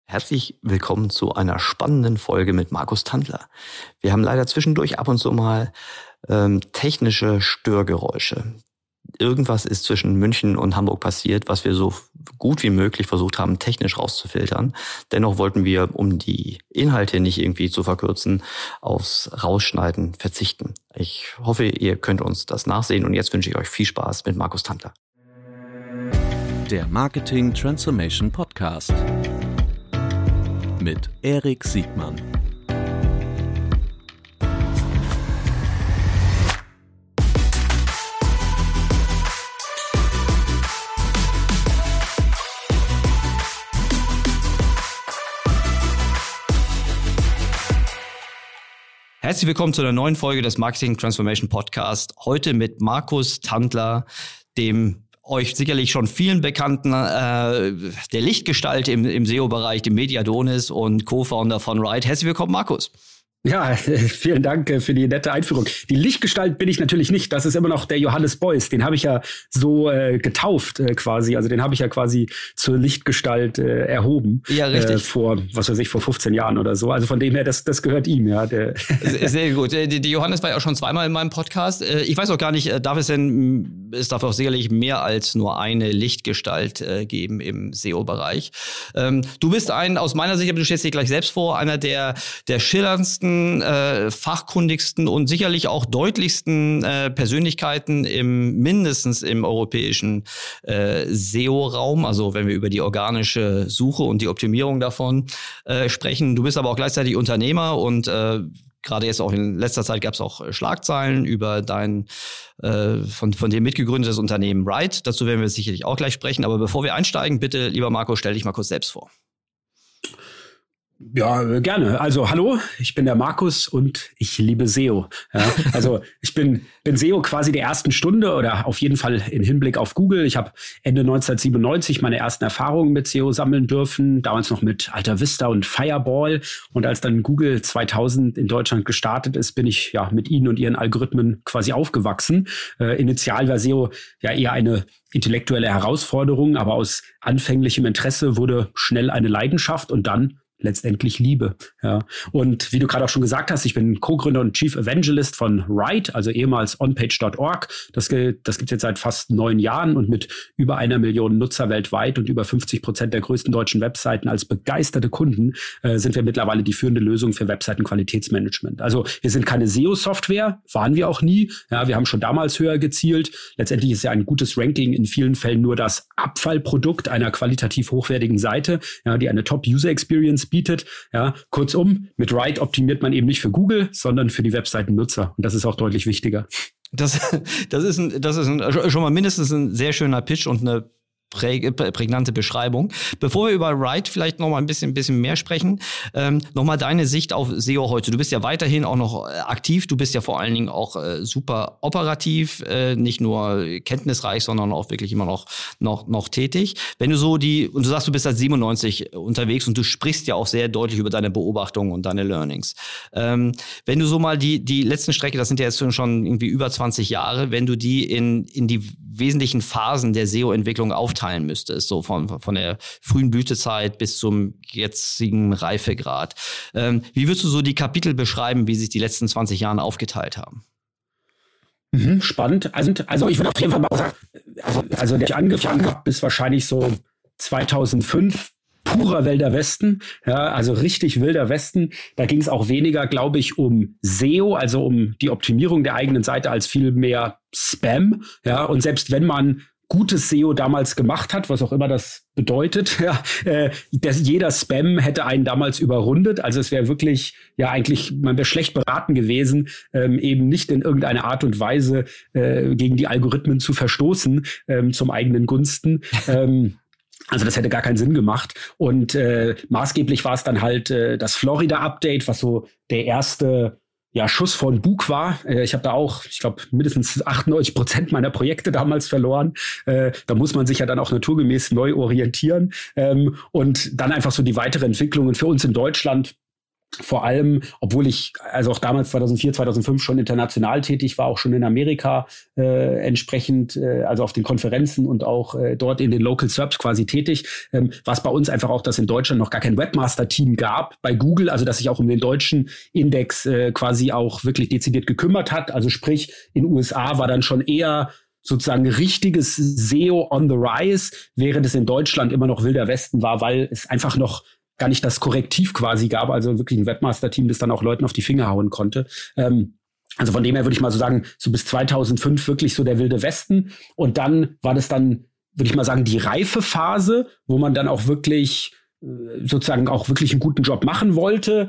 Herzlich willkommen zu einer spannenden Folge mit Markus Tandler. Wir haben leider zwischendurch ab und zu mal technische Störgeräusche. Irgendwas ist zwischen München und Hamburg passiert, was wir so gut wie möglich versucht haben, technisch rauszufiltern. Dennoch wollten wir, um die Inhalte nicht irgendwie zu verkürzen, aufs Rausschneiden verzichten. Ich hoffe, ihr könnt uns das nachsehen und jetzt wünsche ich euch viel Spaß mit Markus Tandler. Der Marketing Transformation Podcast mit Erik Siegmann. Herzlich willkommen zu einer neuen Folge des Marketing Transformation Podcast. Heute mit Markus Tandler, dem euch sicherlich schon vielen bekannten, der Lichtgestalt im SEO-Bereich, dem Mediadonis und Co-Founder von Right. Herzlich willkommen, Markus. Ja, vielen Dank für die nette Einführung. Die Lichtgestalt bin ich natürlich nicht. Das ist immer noch der Johannes Beuys. Den habe ich ja so getauft quasi. Also den habe ich ja quasi zur Lichtgestalt erhoben. Ja, richtig. Vor 15 Jahren oder so. Also von dem her, das gehört ihm, ja. Sehr gut. Die Johannes war ja auch schon zweimal in meinem Podcast. Ich weiß auch gar nicht, es darf auch sicherlich mehr als nur eine Lichtgestalt geben im SEO-Bereich. Du bist aus meiner Sicht, aber du stellst dich gleich selbst vor, einer der schillerndsten, fachkundigsten und sicherlich auch deutlichsten Persönlichkeiten mindestens im europäischen SEO-Raum, also wenn wir über die organische Suche und die Optimierung davon sprechen. Du bist aber auch gleichzeitig Unternehmer und gerade jetzt auch in letzter Zeit gab es auch Schlagzeilen über dein von dir mitgegründetes Unternehmen Right. Dazu werden wir sicherlich auch gleich sprechen. Aber bevor wir einsteigen, bitte, lieber Marco, stell dich mal kurz selbst vor. Ja, gerne. Also hallo, ich bin der Markus und ich liebe SEO. Ja, also ich bin SEO quasi der ersten Stunde oder auf jeden Fall im Hinblick auf Google. Ich habe Ende 1997 meine ersten Erfahrungen mit SEO sammeln dürfen, damals noch mit Alta Vista und Fireball. Und als dann Google 2000 in Deutschland gestartet ist, bin ich ja mit ihnen und ihren Algorithmen quasi aufgewachsen. Initial war SEO ja eher eine intellektuelle Herausforderung, aber aus anfänglichem Interesse wurde schnell eine Leidenschaft und dann letztendlich Liebe. Ja. Und wie du gerade auch schon gesagt hast, ich bin Co-Gründer und Chief Evangelist von Right, also ehemals onpage.org. Das gibt's jetzt seit fast 9 Jahren und mit über 1 Million Nutzer weltweit und über 50% der größten deutschen Webseiten als begeisterte Kunden sind wir mittlerweile die führende Lösung für Webseitenqualitätsmanagement. Also wir sind keine SEO-Software, waren wir auch nie. Ja, wir haben schon damals höher gezielt. Letztendlich ist ja ein gutes Ranking in vielen Fällen nur das Abfallprodukt einer qualitativ hochwertigen Seite, ja, die eine Top-User-Experience bietet. Ja, kurzum, mit Right optimiert man eben nicht für Google, sondern für die Webseitennutzer. Und das ist auch deutlich wichtiger. Das ist schon mal mindestens ein sehr schöner Pitch und eine prägnante Beschreibung. Bevor wir über Right vielleicht noch mal ein bisschen mehr sprechen, noch mal deine Sicht auf SEO heute. Du bist ja weiterhin auch noch aktiv, du bist ja vor allen Dingen auch super operativ, nicht nur kenntnisreich, sondern auch wirklich immer noch tätig. Wenn du und du sagst, du bist seit 97 unterwegs und du sprichst ja auch sehr deutlich über deine Beobachtungen und deine Learnings. Wenn du so mal die letzten Strecke, das sind ja jetzt schon irgendwie über 20 Jahre, wenn du die in die wesentlichen Phasen der SEO-Entwicklung aufteilen müsstest, so von der frühen Blütezeit bis zum jetzigen Reifegrad. Wie würdest du so die Kapitel beschreiben, wie sich die letzten 20 Jahre aufgeteilt haben? Spannend. Also ich würde auf jeden Fall mal sagen, also der ich angefangen habe, bis wahrscheinlich so 2005, purer Wilder Westen, ja, also richtig wilder Westen. Da ging es auch weniger, glaube ich, um SEO, also um die Optimierung der eigenen Seite, als viel mehr Spam. Ja, und selbst wenn man gutes SEO damals gemacht hat, was auch immer das bedeutet, ja, jeder Spam hätte einen damals überrundet. Also es wäre wirklich, ja eigentlich, man wäre schlecht beraten gewesen, eben nicht in irgendeiner Art und Weise gegen die Algorithmen zu verstoßen, zum eigenen Gunsten. Also das hätte gar keinen Sinn gemacht. Und maßgeblich war es dann halt das Florida-Update, was so der erste Schuss von Bug war. Ich habe da auch, ich glaube, mindestens 98% meiner Projekte damals verloren. Da muss man sich ja dann auch naturgemäß neu orientieren. Und dann einfach so die weitere Entwicklung. Und für uns in Deutschland vor allem, obwohl ich also auch damals 2004, 2005 schon international tätig war, auch schon in Amerika entsprechend, also auf den Konferenzen und auch dort in den Local SERPs quasi tätig, war es bei uns einfach auch, dass in Deutschland noch gar kein Webmaster-Team gab bei Google, also dass sich auch um den deutschen Index quasi auch wirklich dezidiert gekümmert hat. Also sprich, in den USA war dann schon eher sozusagen richtiges SEO on the rise, während es in Deutschland immer noch Wilder Westen war, weil es einfach noch gar nicht das Korrektiv quasi gab, also wirklich ein Webmaster-Team, das dann auch Leuten auf die Finger hauen konnte. Also von dem her würde ich mal so sagen, so bis 2005 wirklich so der Wilde Westen. Und dann war das dann, würde ich mal sagen, die reife Phase, wo man dann auch wirklich sozusagen auch wirklich einen guten Job machen wollte,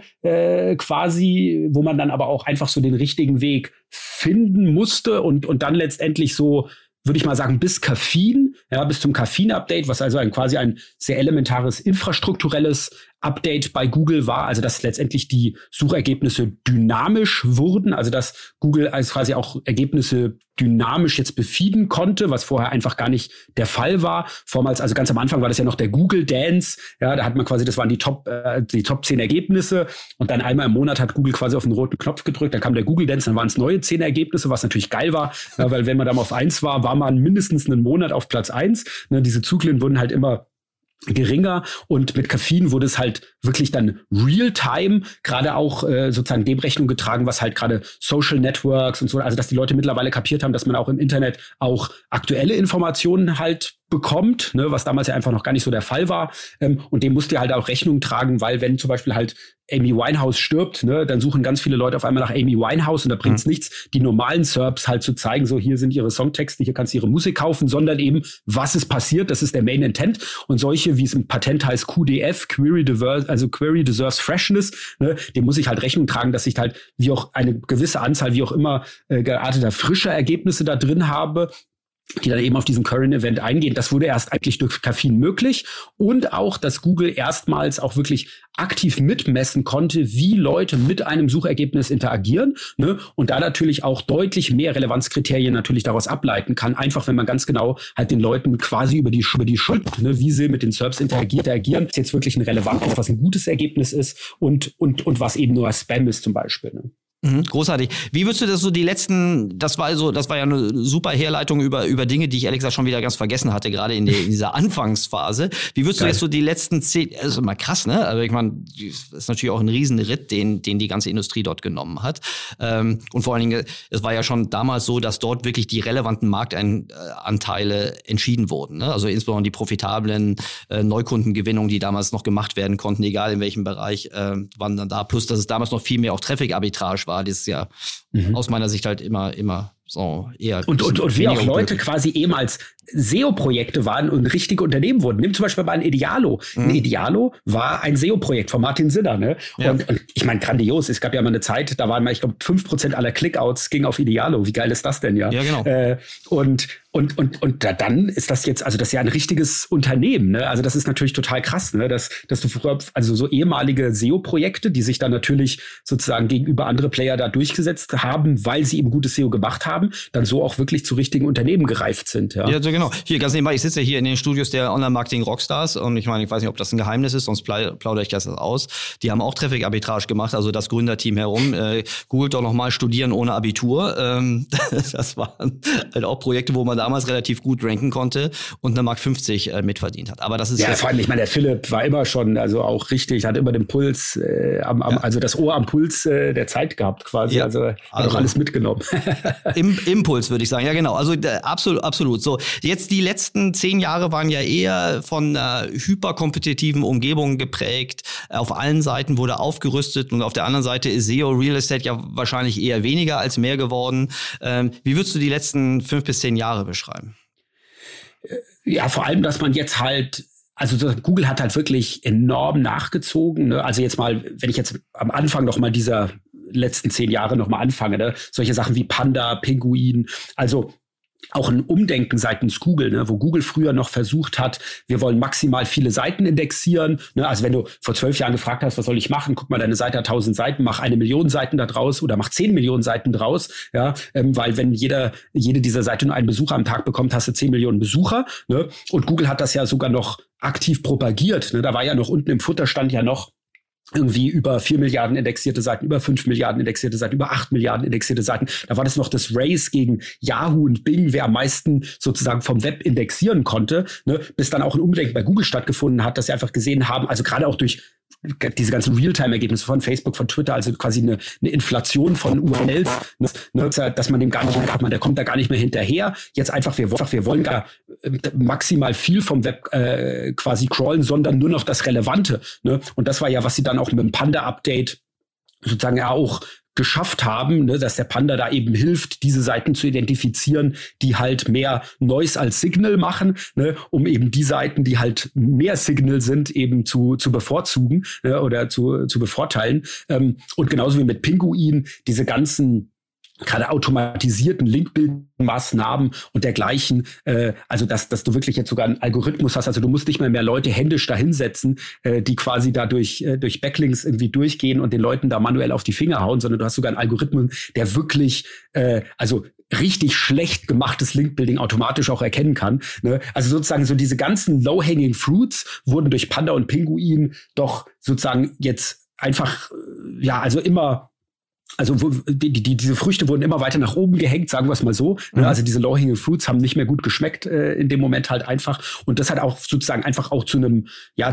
quasi, wo man dann aber auch einfach so den richtigen Weg finden musste und dann letztendlich so, würde ich mal sagen, bis Caffeine, ja, bis zum Caffeine-Update, was also quasi ein sehr elementares infrastrukturelles Update bei Google war, also dass letztendlich die Suchergebnisse dynamisch wurden, also dass Google als quasi auch Ergebnisse dynamisch jetzt befeeden konnte, was vorher einfach gar nicht der Fall war. Vormals, also ganz am Anfang war das ja noch der Google Dance, ja, da hat man quasi, das waren die Top 10 Ergebnisse und dann einmal im Monat hat Google quasi auf den roten Knopf gedrückt, dann kam der Google Dance, dann waren es neue 10 Ergebnisse, was natürlich geil war, ja, weil wenn man da mal auf 1 war, war man mindestens einen Monat auf Platz 1. Ne, diese Zyklen wurden halt immer geringer und mit Caffeine wurde es halt wirklich dann real-time gerade auch sozusagen dem Rechnung getragen, was halt gerade Social Networks und so, also dass die Leute mittlerweile kapiert haben, dass man auch im Internet auch aktuelle Informationen halt bekommt, ne, was damals ja einfach noch gar nicht so der Fall war. Und dem musst du halt auch Rechnung tragen, weil wenn zum Beispiel halt Amy Winehouse stirbt, ne, dann suchen ganz viele Leute auf einmal nach Amy Winehouse und da bringt's nichts, die normalen SERPs halt zu zeigen, so hier sind ihre Songtexte, hier kannst du ihre Musik kaufen, sondern eben, was ist passiert, das ist der Main Intent. Und solche, wie es im Patent heißt, QDF, Query Deserves Freshness, ne, dem muss ich halt Rechnung tragen, dass ich halt wie auch eine gewisse Anzahl, wie auch immer, gearteter frischer Ergebnisse da drin habe, die dann eben auf diesen Current Event eingehen. Das wurde erst eigentlich durch Caffeine möglich und auch, dass Google erstmals auch wirklich aktiv mitmessen konnte, wie Leute mit einem Suchergebnis interagieren, ne? Und da natürlich auch deutlich mehr Relevanzkriterien natürlich daraus ableiten kann, einfach wenn man ganz genau halt den Leuten quasi über die Schuld, ne, wie sie mit den SERPs interagieren, ist jetzt wirklich ein relevantes, was ein gutes Ergebnis ist und was eben nur Spam ist zum Beispiel, ne? Großartig. Wie würdest du das so die letzten, das war ja eine super Herleitung über Dinge, die ich ehrlich gesagt schon wieder ganz vergessen hatte, gerade in dieser Anfangsphase. Wie würdest du jetzt so die letzten 10, das ist immer krass, ne? Also ich meine, das ist natürlich auch ein Riesenritt, den die ganze Industrie dort genommen hat. Und vor allen Dingen, es war ja schon damals so, dass dort wirklich die relevanten Marktanteile entschieden wurden, ne? Also insbesondere die profitablen Neukundengewinnungen, die damals noch gemacht werden konnten, egal in welchem Bereich, waren dann da. Plus, dass es damals noch viel mehr auch Traffic-Arbitrage war, das ist ja aus meiner Sicht halt immer so eher. Und wie auch Leute quasi ehemals SEO-Projekte waren und richtige Unternehmen wurden. Nimm zum Beispiel mal ein Idealo. Ein Idealo war ein SEO-Projekt von Martin Sinner, ne? Ja. Und ich meine, grandios. Es gab ja mal eine Zeit, da waren mal, ich glaube, 5% aller Clickouts ging auf Idealo. Wie geil ist das denn, ja? Ja, genau. Und dann ist das jetzt, also das ist ja ein richtiges Unternehmen, ne? Also das ist natürlich total krass, ne? Dass du früher, also so ehemalige SEO-Projekte, die sich dann natürlich sozusagen gegenüber andere Player da durchgesetzt haben, weil sie eben gutes SEO gemacht haben, dann so auch wirklich zu richtigen Unternehmen gereift sind, ja. Ja, so genau. Hier, ganz nebenbei, ich sitze ja hier in den Studios der Online-Marketing-Rockstars und ich meine, ich weiß nicht, ob das ein Geheimnis ist, sonst plaudere ich das aus. Die haben auch Traffic-Arbitrage gemacht, also das Gründerteam herum. Googelt doch noch mal Studieren ohne Abitur. Das waren halt auch Projekte, wo man damals relativ gut ranken konnte und eine Mark 50 mitverdient hat. Aber das ist ja vor allem, ich meine, der Philipp war immer schon, also auch richtig, hat immer den Puls, also das Ohr am Puls der Zeit gehabt quasi. Ja, also hat auch alles mitgenommen. Impuls, würde ich sagen. Ja, genau. Also absolut. So, jetzt die letzten 10 Jahre waren ja eher von hyperkompetitiven Umgebungen geprägt. Auf allen Seiten wurde aufgerüstet und auf der anderen Seite ist SEO, Real Estate ja wahrscheinlich eher weniger als mehr geworden. Wie würdest du die letzten 5 bis 10 Jahre beschreiben? Ja, vor allem, dass man jetzt halt, also Google hat halt wirklich enorm nachgezogen, ne? Also jetzt mal, wenn ich jetzt am Anfang noch mal dieser letzten 10 Jahre noch mal anfange, ne? Solche Sachen wie Panda, Pinguin, also auch ein Umdenken seitens Google, ne, wo Google früher noch versucht hat, wir wollen maximal viele Seiten indexieren. Ne, also wenn du vor 12 Jahren gefragt hast, was soll ich machen? Guck mal, deine Seite hat 1000 Seiten, mach 1 Million Seiten da draus oder mach 10 Millionen Seiten draus. Ja, weil wenn jede dieser Seite nur einen Besucher am Tag bekommt, hast du 10 Millionen Besucher. Ne? Und Google hat das ja sogar noch aktiv propagiert. Ne? Da war ja noch unten im Futter stand ja noch, irgendwie über 4 Milliarden indexierte Seiten, über 5 Milliarden indexierte Seiten, über 8 Milliarden indexierte Seiten. Da war das noch das Race gegen Yahoo und Bing, wer am meisten sozusagen vom Web indexieren konnte, ne? Bis dann auch ein Umdenken bei Google stattgefunden hat, dass sie einfach gesehen haben, also gerade auch durch diese ganzen Realtime-Ergebnisse von Facebook, von Twitter, also quasi eine Inflation von URLs, ne, dass man dem gar nicht, der kommt da gar nicht mehr hinterher. Jetzt einfach, wir wollen gar maximal viel vom Web quasi crawlen, sondern nur noch das Relevante. Ne? Und das war ja, was sie dann auch mit dem Panda-Update sozusagen auch geschafft haben, ne, dass der Panda da eben hilft, diese Seiten zu identifizieren, die halt mehr Noise als Signal machen, ne, um eben die Seiten, die halt mehr Signal sind, eben zu bevorzugen, ne, oder zu bevorteilen. Und genauso wie mit Pinguin, diese ganzen gerade automatisierten Linkbuilding-Maßnahmen und dergleichen, also dass du wirklich jetzt sogar einen Algorithmus hast, also du musst nicht mehr Leute händisch da hinsetzen, die quasi da durch Backlinks irgendwie durchgehen und den Leuten da manuell auf die Finger hauen, sondern du hast sogar einen Algorithmus, der wirklich, also richtig schlecht gemachtes Linkbuilding automatisch auch erkennen kann. Ne? Also sozusagen so diese ganzen low-hanging fruits wurden durch Panda und Pinguin doch sozusagen jetzt einfach, ja, also immer, also diese Früchte wurden immer weiter nach oben gehängt, sagen wir es mal so. Mhm. Also diese low-hanging fruits haben nicht mehr gut geschmeckt in dem Moment halt einfach. Und das hat auch sozusagen einfach auch zu einer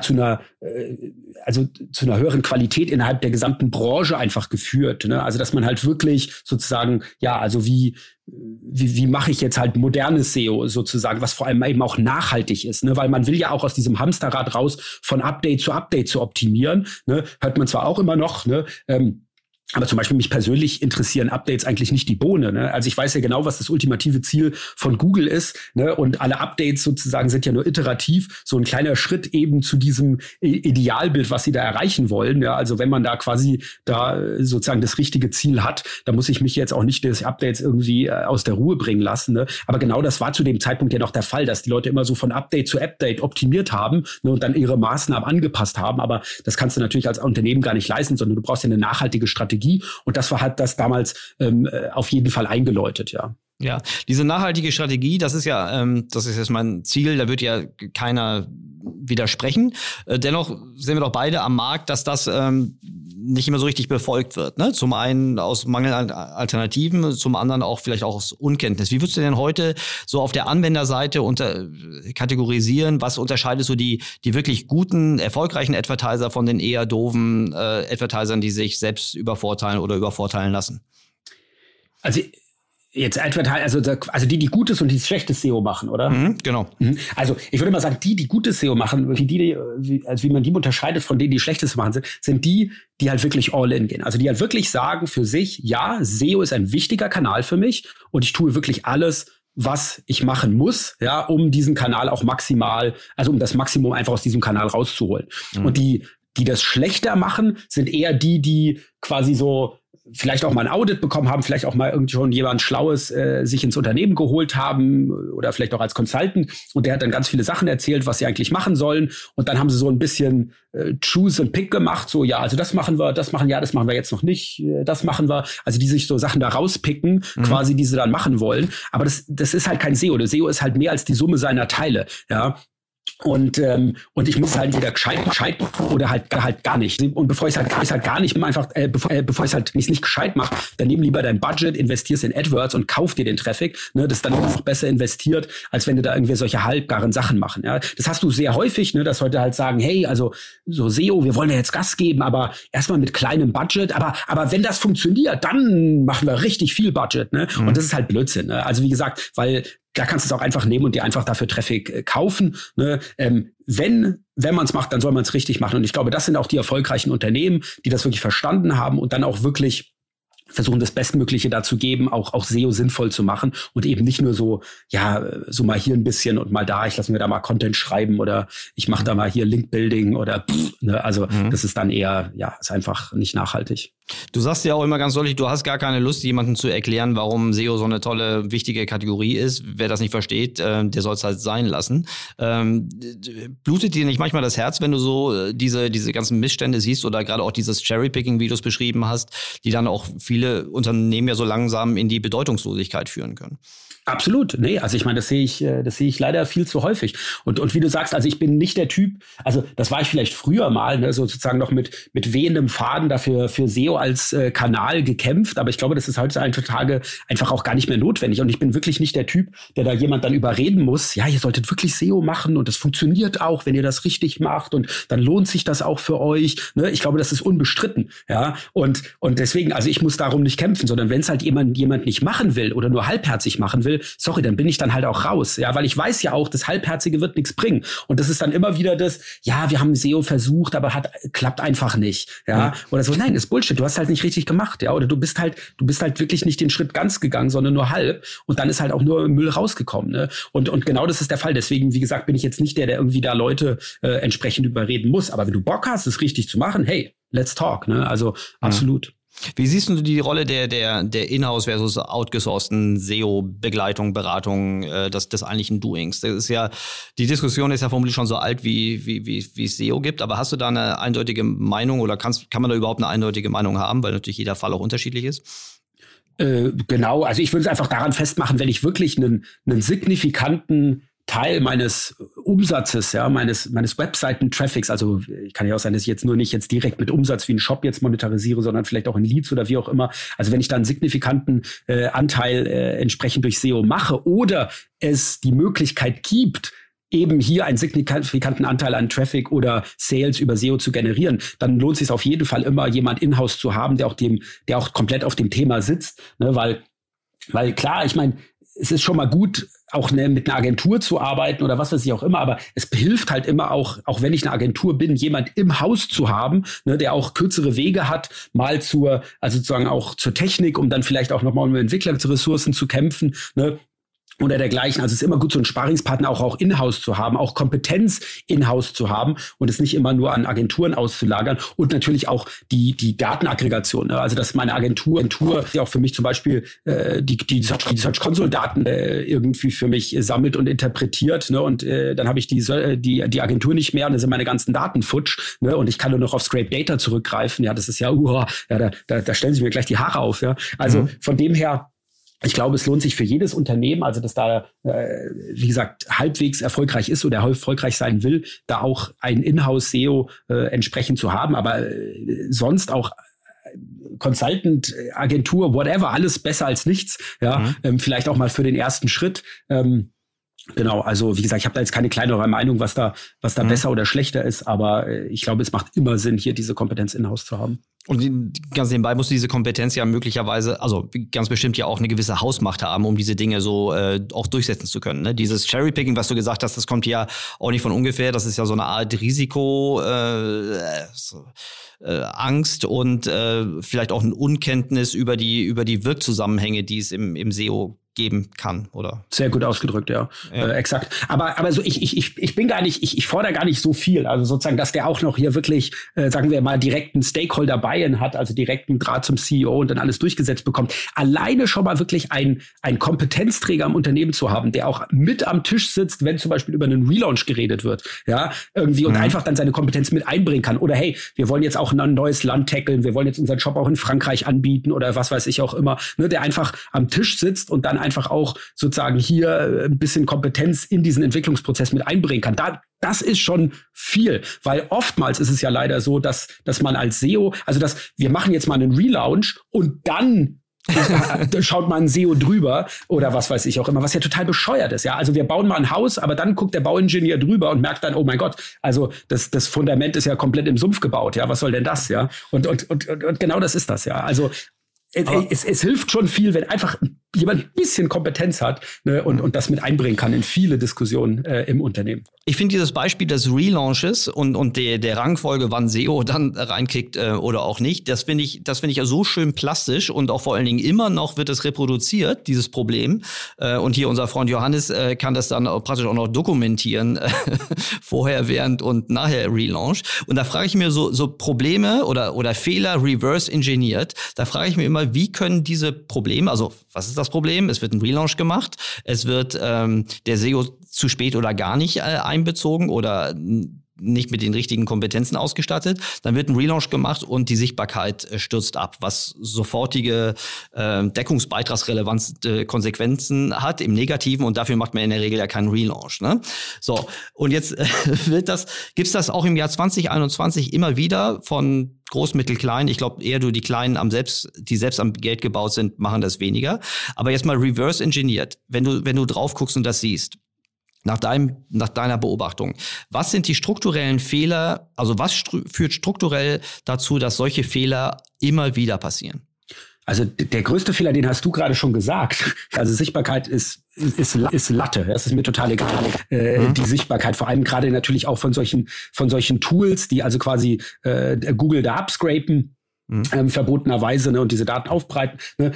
höheren Qualität innerhalb der gesamten Branche einfach geführt. Ne? Also dass man halt wirklich sozusagen, ja, also wie mache ich jetzt halt modernes SEO sozusagen, was vor allem eben auch nachhaltig ist, ne? Weil man will ja auch aus diesem Hamsterrad raus von Update zu Update zu optimieren. Ne? Hört man zwar auch immer noch, ne? Aber zum Beispiel mich persönlich interessieren Updates eigentlich nicht die Bohne. Ne? Also ich weiß ja genau, was das ultimative Ziel von Google ist. Ne? Und alle Updates sozusagen sind ja nur iterativ. So ein kleiner Schritt eben zu diesem Idealbild, was sie da erreichen wollen. Ja? Also wenn man da quasi da sozusagen das richtige Ziel hat, dann muss ich mich jetzt auch nicht durch Updates irgendwie aus der Ruhe bringen lassen. Ne? Aber genau das war zu dem Zeitpunkt ja noch der Fall, dass die Leute immer so von Update zu Update optimiert haben, ne? Und dann ihre Maßnahmen angepasst haben. Aber das kannst du natürlich als Unternehmen gar nicht leisten, sondern du brauchst ja eine nachhaltige Strategie. Und das hat das damals auf jeden Fall eingeläutet, ja. Ja, diese nachhaltige Strategie, das ist jetzt mein Ziel, da wird ja keiner widersprechen. Dennoch sehen wir doch beide am Markt, dass das nicht immer so richtig befolgt wird. Ne? Zum einen aus Mangel an Alternativen, zum anderen auch vielleicht auch aus Unkenntnis. Wie würdest du denn heute so auf der Anwenderseite kategorisieren? Was unterscheidet so die wirklich guten, erfolgreichen Advertiser von den eher doofen Advertisern, die sich selbst übervorteilen oder übervorteilen lassen? Also jetzt also die gutes und die schlechtes SEO machen, oder? Mhm, genau. Also ich würde mal sagen, die gutes SEO machen, wie man die unterscheidet von denen, die schlechtes machen, sind die halt wirklich all in gehen. Also die halt wirklich sagen für sich, ja, SEO ist ein wichtiger Kanal für mich und ich tue wirklich alles, was ich machen muss, ja, um diesen Kanal auch maximal, also um das Maximum einfach aus diesem Kanal rauszuholen. Mhm. Und die das schlechter machen, sind eher die quasi so vielleicht auch mal ein Audit bekommen haben, vielleicht auch mal irgendwie schon jemand Schlaues sich ins Unternehmen geholt haben oder vielleicht auch als Consultant und der hat dann ganz viele Sachen erzählt, was sie eigentlich machen sollen und dann haben sie so ein bisschen Choose and Pick gemacht, so ja, also das machen wir jetzt noch nicht, das machen wir, also die sich so Sachen da rauspicken, quasi, die sie dann machen wollen, aber das ist halt kein SEO, der SEO ist halt mehr als die Summe seiner Teile, ja. Und ich muss halt entweder gescheit oder halt gar nicht. Und bevor ich es halt gar nicht einfach, bevor ich es halt nicht gescheit mache, dann nimm lieber dein Budget, investierst in AdWords und kauf dir den Traffic. Ne, das ist dann noch besser investiert, als wenn du da irgendwie solche halbgaren Sachen machen. Ja, das hast du sehr häufig, ne, dass Leute halt sagen, hey, also so SEO, wir wollen ja jetzt Gas geben, aber erstmal mit kleinem Budget. Aber wenn das funktioniert, dann machen wir richtig viel Budget. Ne? Mhm. Und das ist halt Blödsinn. Ne? Also wie gesagt, weil da kannst du es auch einfach nehmen und dir einfach dafür Traffic kaufen. Ne? Wenn man es macht, dann soll man es richtig machen. Und ich glaube, das sind auch die erfolgreichen Unternehmen, die das wirklich verstanden haben und dann auch wirklich versuchen, das Bestmögliche dazu geben, auch SEO sinnvoll zu machen und eben nicht nur so, ja, so mal hier ein bisschen und mal da, ich lasse mir da mal Content schreiben oder ich mache da mal hier Link-Building oder ne? Also das ist dann eher, ja, ist einfach nicht nachhaltig. Du sagst ja auch immer ganz deutlich, du hast gar keine Lust, jemandem zu erklären, warum SEO so eine tolle, wichtige Kategorie ist. Wer das nicht versteht, der soll es halt sein lassen. Blutet dir nicht manchmal das Herz, wenn du so diese ganzen Missstände siehst oder gerade auch dieses Cherrypicking, wie du es beschrieben hast, die dann auch viele viele Unternehmen ja so langsam in die Bedeutungslosigkeit führen können. Absolut. Nee, also ich meine, das sehe ich leider viel zu häufig. Und wie du sagst, also ich bin nicht der Typ, also das war ich vielleicht früher mal, ne, so sozusagen noch mit wehendem Faden dafür für SEO als Kanal gekämpft, aber ich glaube, das ist heutzutage einfach auch gar nicht mehr notwendig. Und ich bin wirklich nicht der Typ, der da jemand dann überreden muss, ja, ihr solltet wirklich SEO machen und das funktioniert auch, wenn ihr das richtig macht und dann lohnt sich das auch für euch. Ne? Ich glaube, das ist unbestritten. Ja, und deswegen, also ich muss darum nicht kämpfen, sondern wenn es halt jemand nicht machen will oder nur halbherzig machen will, sorry, dann bin ich dann halt auch raus. Ja, weil ich weiß ja auch, das Halbherzige wird nichts bringen. Und das ist dann immer wieder das, ja, wir haben SEO versucht, aber klappt einfach nicht. Ja, oder so, nein, ist Bullshit. Du hast halt nicht richtig gemacht. Ja, oder du bist halt wirklich nicht den Schritt ganz gegangen, sondern nur halb. Und dann ist halt auch nur Müll rausgekommen. Ne? Und genau das ist der Fall. Deswegen, wie gesagt, bin ich jetzt nicht der irgendwie da Leute entsprechend überreden muss. Aber wenn du Bock hast, es richtig zu machen, hey, let's talk. Ne? Also absolut. Wie siehst du die Rolle der Inhouse versus outgesourcten SEO-Begleitung, Beratung, des eigentlichen Doings? Das ist ja, die Diskussion ist ja vermutlich schon so alt, wie es SEO gibt, aber hast du da eine eindeutige Meinung oder kann man da überhaupt eine eindeutige Meinung haben, weil natürlich jeder Fall auch unterschiedlich ist? Genau, also ich würde es einfach daran festmachen, wenn ich wirklich einen signifikanten Teil meines Umsatzes, ja, meines Webseiten-Traffics, also kann ja auch sein, dass ich jetzt nur nicht direkt mit Umsatz wie ein Shop jetzt monetarisiere, sondern vielleicht auch in Leads oder wie auch immer. Also wenn ich da einen signifikanten Anteil entsprechend durch SEO mache oder es die Möglichkeit gibt, eben hier einen signifikanten Anteil an Traffic oder Sales über SEO zu generieren, dann lohnt es sich auf jeden Fall immer, jemand in-house zu haben, der auch komplett auf dem Thema sitzt, ne, weil klar, ich meine, es ist schon mal gut, auch mit einer Agentur zu arbeiten oder was weiß ich auch immer, aber es hilft halt immer auch wenn ich eine Agentur bin, jemand im Haus zu haben, ne, der auch kürzere Wege hat, mal also sozusagen auch zur Technik, um dann vielleicht auch nochmal um Entwicklerressourcen zu kämpfen, ne, oder dergleichen. Also es ist immer gut, so einen Sparringspartner auch in-house zu haben, auch Kompetenz in-house zu haben und es nicht immer nur an Agenturen auszulagern und natürlich auch die Datenaggregation. Ne? Also dass meine Agentur die auch für mich zum Beispiel die Search Console Daten irgendwie für mich sammelt und interpretiert. Ne? Und dann habe ich die Agentur nicht mehr und dann sind meine ganzen Daten futsch. Ne? Und ich kann nur noch auf Scrape Data zurückgreifen. Ja, das ist ja, da stellen sich mir gleich die Haare auf. Ja, also von dem her. Ich glaube, es lohnt sich für jedes Unternehmen, also dass da, wie gesagt, halbwegs erfolgreich ist oder erfolgreich sein will, da auch ein Inhouse-SEO entsprechend zu haben. Aber sonst auch Consultant, Agentur, whatever, alles besser als nichts. Ja, vielleicht auch mal für den ersten Schritt. Genau, also wie gesagt, ich habe da jetzt keine kleinere Meinung, was da besser oder schlechter ist, aber ich glaube, es macht immer Sinn, hier diese Kompetenz in-house zu haben. Und ganz nebenbei musst du diese Kompetenz ja möglicherweise, also ganz bestimmt ja auch eine gewisse Hausmacht haben, um diese Dinge so auch durchsetzen zu können. Ne? Dieses Cherrypicking, was du gesagt hast, das kommt ja auch nicht von ungefähr. Das ist ja so eine Art Risiko, Angst und vielleicht auch ein Unkenntnis über die Wirkzusammenhänge, die es im SEO geben kann, oder? Sehr gut ausgedrückt, ja. Exakt. Aber so ich bin gar nicht, ich fordere gar nicht so viel. Also sozusagen, dass der auch noch hier wirklich, sagen wir mal, direkten Stakeholder Buy-in hat, also direkten Draht zum CEO und dann alles durchgesetzt bekommt. Alleine schon mal wirklich ein Kompetenzträger im Unternehmen zu haben, der auch mit am Tisch sitzt, wenn zum Beispiel über einen Relaunch geredet wird, ja, irgendwie und einfach dann seine Kompetenz mit einbringen kann. Oder hey, wir wollen jetzt auch ein neues Land tackeln, wir wollen jetzt unseren Shop auch in Frankreich anbieten oder was weiß ich auch immer, ne, der einfach am Tisch sitzt und dann einfach auch sozusagen hier ein bisschen Kompetenz in diesen Entwicklungsprozess mit einbringen kann. Das ist schon viel, weil oftmals ist es ja leider so, dass man als SEO, also dass wir machen jetzt mal einen Relaunch und dann schaut mal ein SEO drüber oder was weiß ich auch immer, was ja total bescheuert ist. Ja, also wir bauen mal ein Haus, aber dann guckt der Bauingenieur drüber und merkt dann, oh mein Gott, also das Fundament ist ja komplett im Sumpf gebaut. Ja, was soll denn das? Ja, und genau das ist das. Ja, also es hilft schon viel, wenn einfach jemand ein bisschen Kompetenz hat, ne, und das mit einbringen kann in viele Diskussionen im Unternehmen. Ich finde dieses Beispiel des Relaunches und der Rangfolge, wann SEO dann reinkickt oder auch nicht, das finde ich ja so schön plastisch und auch vor allen Dingen immer noch wird es reproduziert, dieses Problem. Und hier unser Freund Johannes kann das dann auch praktisch auch noch dokumentieren, vorher, während und nachher Relaunch. Und da frage ich mir so Probleme oder Fehler reverse engineert, da frage ich mir immer, wie können diese Probleme, also was ist das Problem? Es wird ein Relaunch gemacht, es wird der SEO zu spät oder gar nicht einbezogen oder nicht mit den richtigen Kompetenzen ausgestattet. Dann wird ein Relaunch gemacht und die Sichtbarkeit stürzt ab, was sofortige deckungsbeitragsrelevante Konsequenzen hat im Negativen, und dafür macht man in der Regel ja keinen Relaunch. Ne? So, und jetzt gibt's das auch im Jahr 2021 immer wieder von Groß, Mittel, Klein. Ich glaube eher die Kleinen die selbst am Geld gebaut sind, machen das weniger. Aber jetzt mal reverse engineert, wenn du drauf guckst und das siehst. Nach deiner Beobachtung, was sind die strukturellen Fehler, also was führt strukturell dazu, dass solche Fehler immer wieder passieren? Also der größte Fehler, den hast du gerade schon gesagt. Also Sichtbarkeit ist Latte. Das ist mir total egal. Die Sichtbarkeit, vor allem gerade natürlich auch von solchen Tools, die also quasi Google da abscrapen, verbotenerweise, ne, und diese Daten aufbreiten. Ne,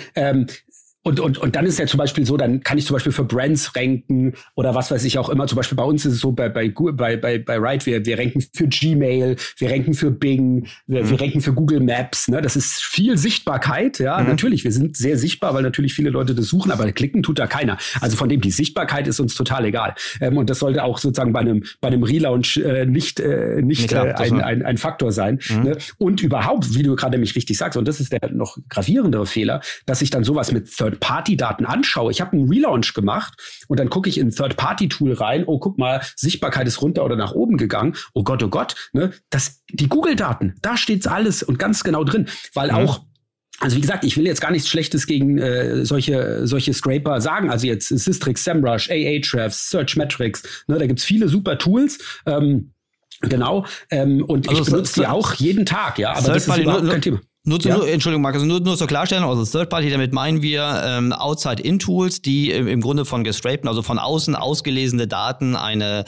Und dann ist ja zum Beispiel so, dann kann ich zum Beispiel für Brands ranken oder was weiß ich auch immer. Zum Beispiel bei uns ist es so, bei Right, wir ranken für Gmail, wir ranken für Bing, wir ranken für Google Maps. Ne? Das ist viel Sichtbarkeit, ja. Natürlich, wir sind sehr sichtbar, weil natürlich viele Leute das suchen, aber klicken tut da keiner. Also von dem, die Sichtbarkeit ist uns total egal. Und das sollte auch sozusagen bei einem Relaunch nicht ein Faktor sein. Ne? Und überhaupt, wie du gerade nämlich richtig sagst, und das ist der noch gravierendere Fehler, dass ich dann sowas mit Third-Party-Daten anschaue. Ich habe einen Relaunch gemacht und dann gucke ich in ein Third-Party-Tool rein. Oh, guck mal, Sichtbarkeit ist runter oder nach oben gegangen. Oh Gott, ne? Die Google-Daten, da steht's alles und ganz genau drin. Weil auch, also wie gesagt, ich will jetzt gar nichts Schlechtes gegen solche Scraper sagen. Also jetzt Systrix, SEMrush, Ahrefs, Searchmetrics, ne? Da gibt's viele super Tools. Genau. Und also ich benutze die auch jeden Tag, ja. Aber das ist überhaupt kein Thema. Entschuldigung, Markus, nur zur Klarstellung, also Third Party, damit meinen wir Outside-In-Tools, die im Grunde von gescrapten, also von außen ausgelesene Daten eine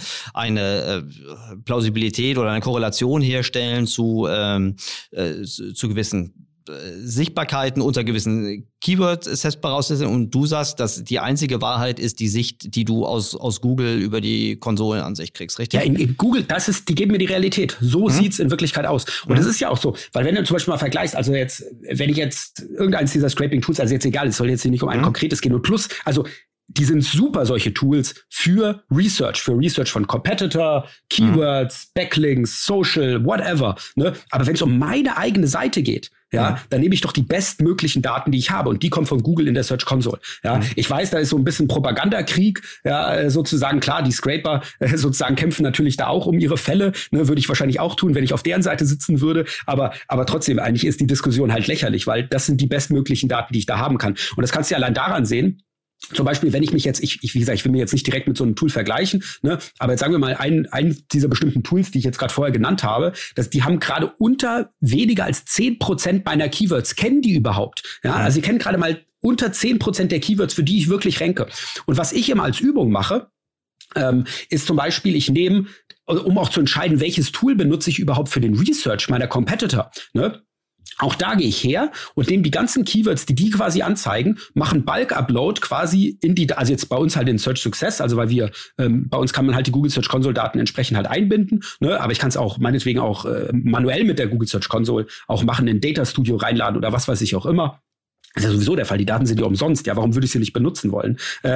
Plausibilität oder eine Korrelation herstellen zu gewissen Sichtbarkeiten unter gewissen Keyword-Set-Voraussetzungen, und du sagst, dass die einzige Wahrheit ist die Sicht, die du aus Google über die Konsolenansicht kriegst, richtig? Ja, in Google, die geben mir die Realität. So sieht's in Wirklichkeit aus. Und das ist ja auch so, weil wenn du zum Beispiel mal vergleichst, also jetzt, wenn ich jetzt irgendeins dieser Scraping-Tools, also jetzt egal, es soll jetzt nicht um ein konkretes gehen, und plus, also die sind super, solche Tools für Research von Competitor, Keywords, Backlinks, Social, whatever. Ne? Aber wenn es um meine eigene Seite geht, dann nehme ich doch die bestmöglichen Daten, die ich habe, und die kommen von Google in der Search Console. Ja, ich weiß, da ist so ein bisschen Propagandakrieg, sozusagen. Klar, die Scraper sozusagen kämpfen natürlich da auch um ihre Fälle. Ne, würde ich wahrscheinlich auch tun, wenn ich auf deren Seite sitzen würde. Aber trotzdem, eigentlich ist die Diskussion halt lächerlich, weil das sind die bestmöglichen Daten, die ich da haben kann. Und das kannst du ja allein daran sehen. Zum Beispiel, wenn ich mich jetzt, wie gesagt, ich will mir jetzt nicht direkt mit so einem Tool vergleichen, ne, aber jetzt sagen wir mal, ein dieser bestimmten Tools, die ich jetzt gerade vorher genannt habe, die haben gerade unter weniger als 10% meiner Keywords, kennen die überhaupt. Ja, also sie kennen gerade mal unter 10% der Keywords, für die ich wirklich ranke. Und was ich immer als Übung mache, ist zum Beispiel, ich nehme, um auch zu entscheiden, welches Tool benutze ich überhaupt für den Research meiner Competitor, ne? Auch da gehe ich her und nehme die ganzen Keywords, die quasi anzeigen, machen Bulk-Upload quasi also jetzt bei uns halt in Search Success, also weil wir, bei uns kann man halt die Google Search Console Daten entsprechend halt einbinden, ne? Aber ich kann es auch meinetwegen auch manuell mit der Google Search Console auch machen, in Data Studio reinladen oder was weiß ich auch immer. Das ist ja sowieso der Fall, die Daten sind ja umsonst, ja, warum würde ich sie nicht benutzen wollen?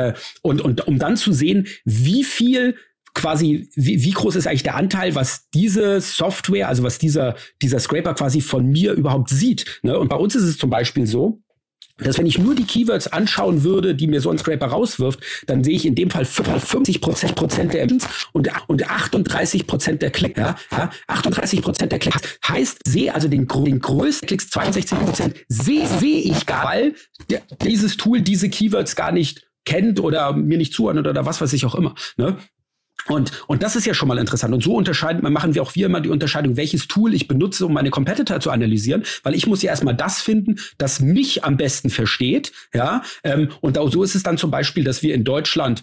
Und um dann zu sehen, wie viel quasi, wie groß ist eigentlich der Anteil, was diese Software, also was dieser Scraper quasi von mir überhaupt sieht. Ne? Und bei uns ist es zum Beispiel so, dass wenn ich nur die Keywords anschauen würde, die mir so ein Scraper rauswirft, dann sehe ich in dem Fall 50% der Events und 38% der Klicks. Ja? 38% der Klicks heißt, sehe also den größten Klicks, 62%, sehe ich gar, weil dieses Tool diese Keywords gar nicht kennt oder mir nicht zuordnet oder was weiß ich auch immer. Ne? Und das ist ja schon mal interessant. Und so machen wir auch immer die Unterscheidung, welches Tool ich benutze, um meine Competitor zu analysieren, weil ich muss ja erstmal das finden, das mich am besten versteht, ja. Und so ist es dann zum Beispiel, dass ich in Deutschland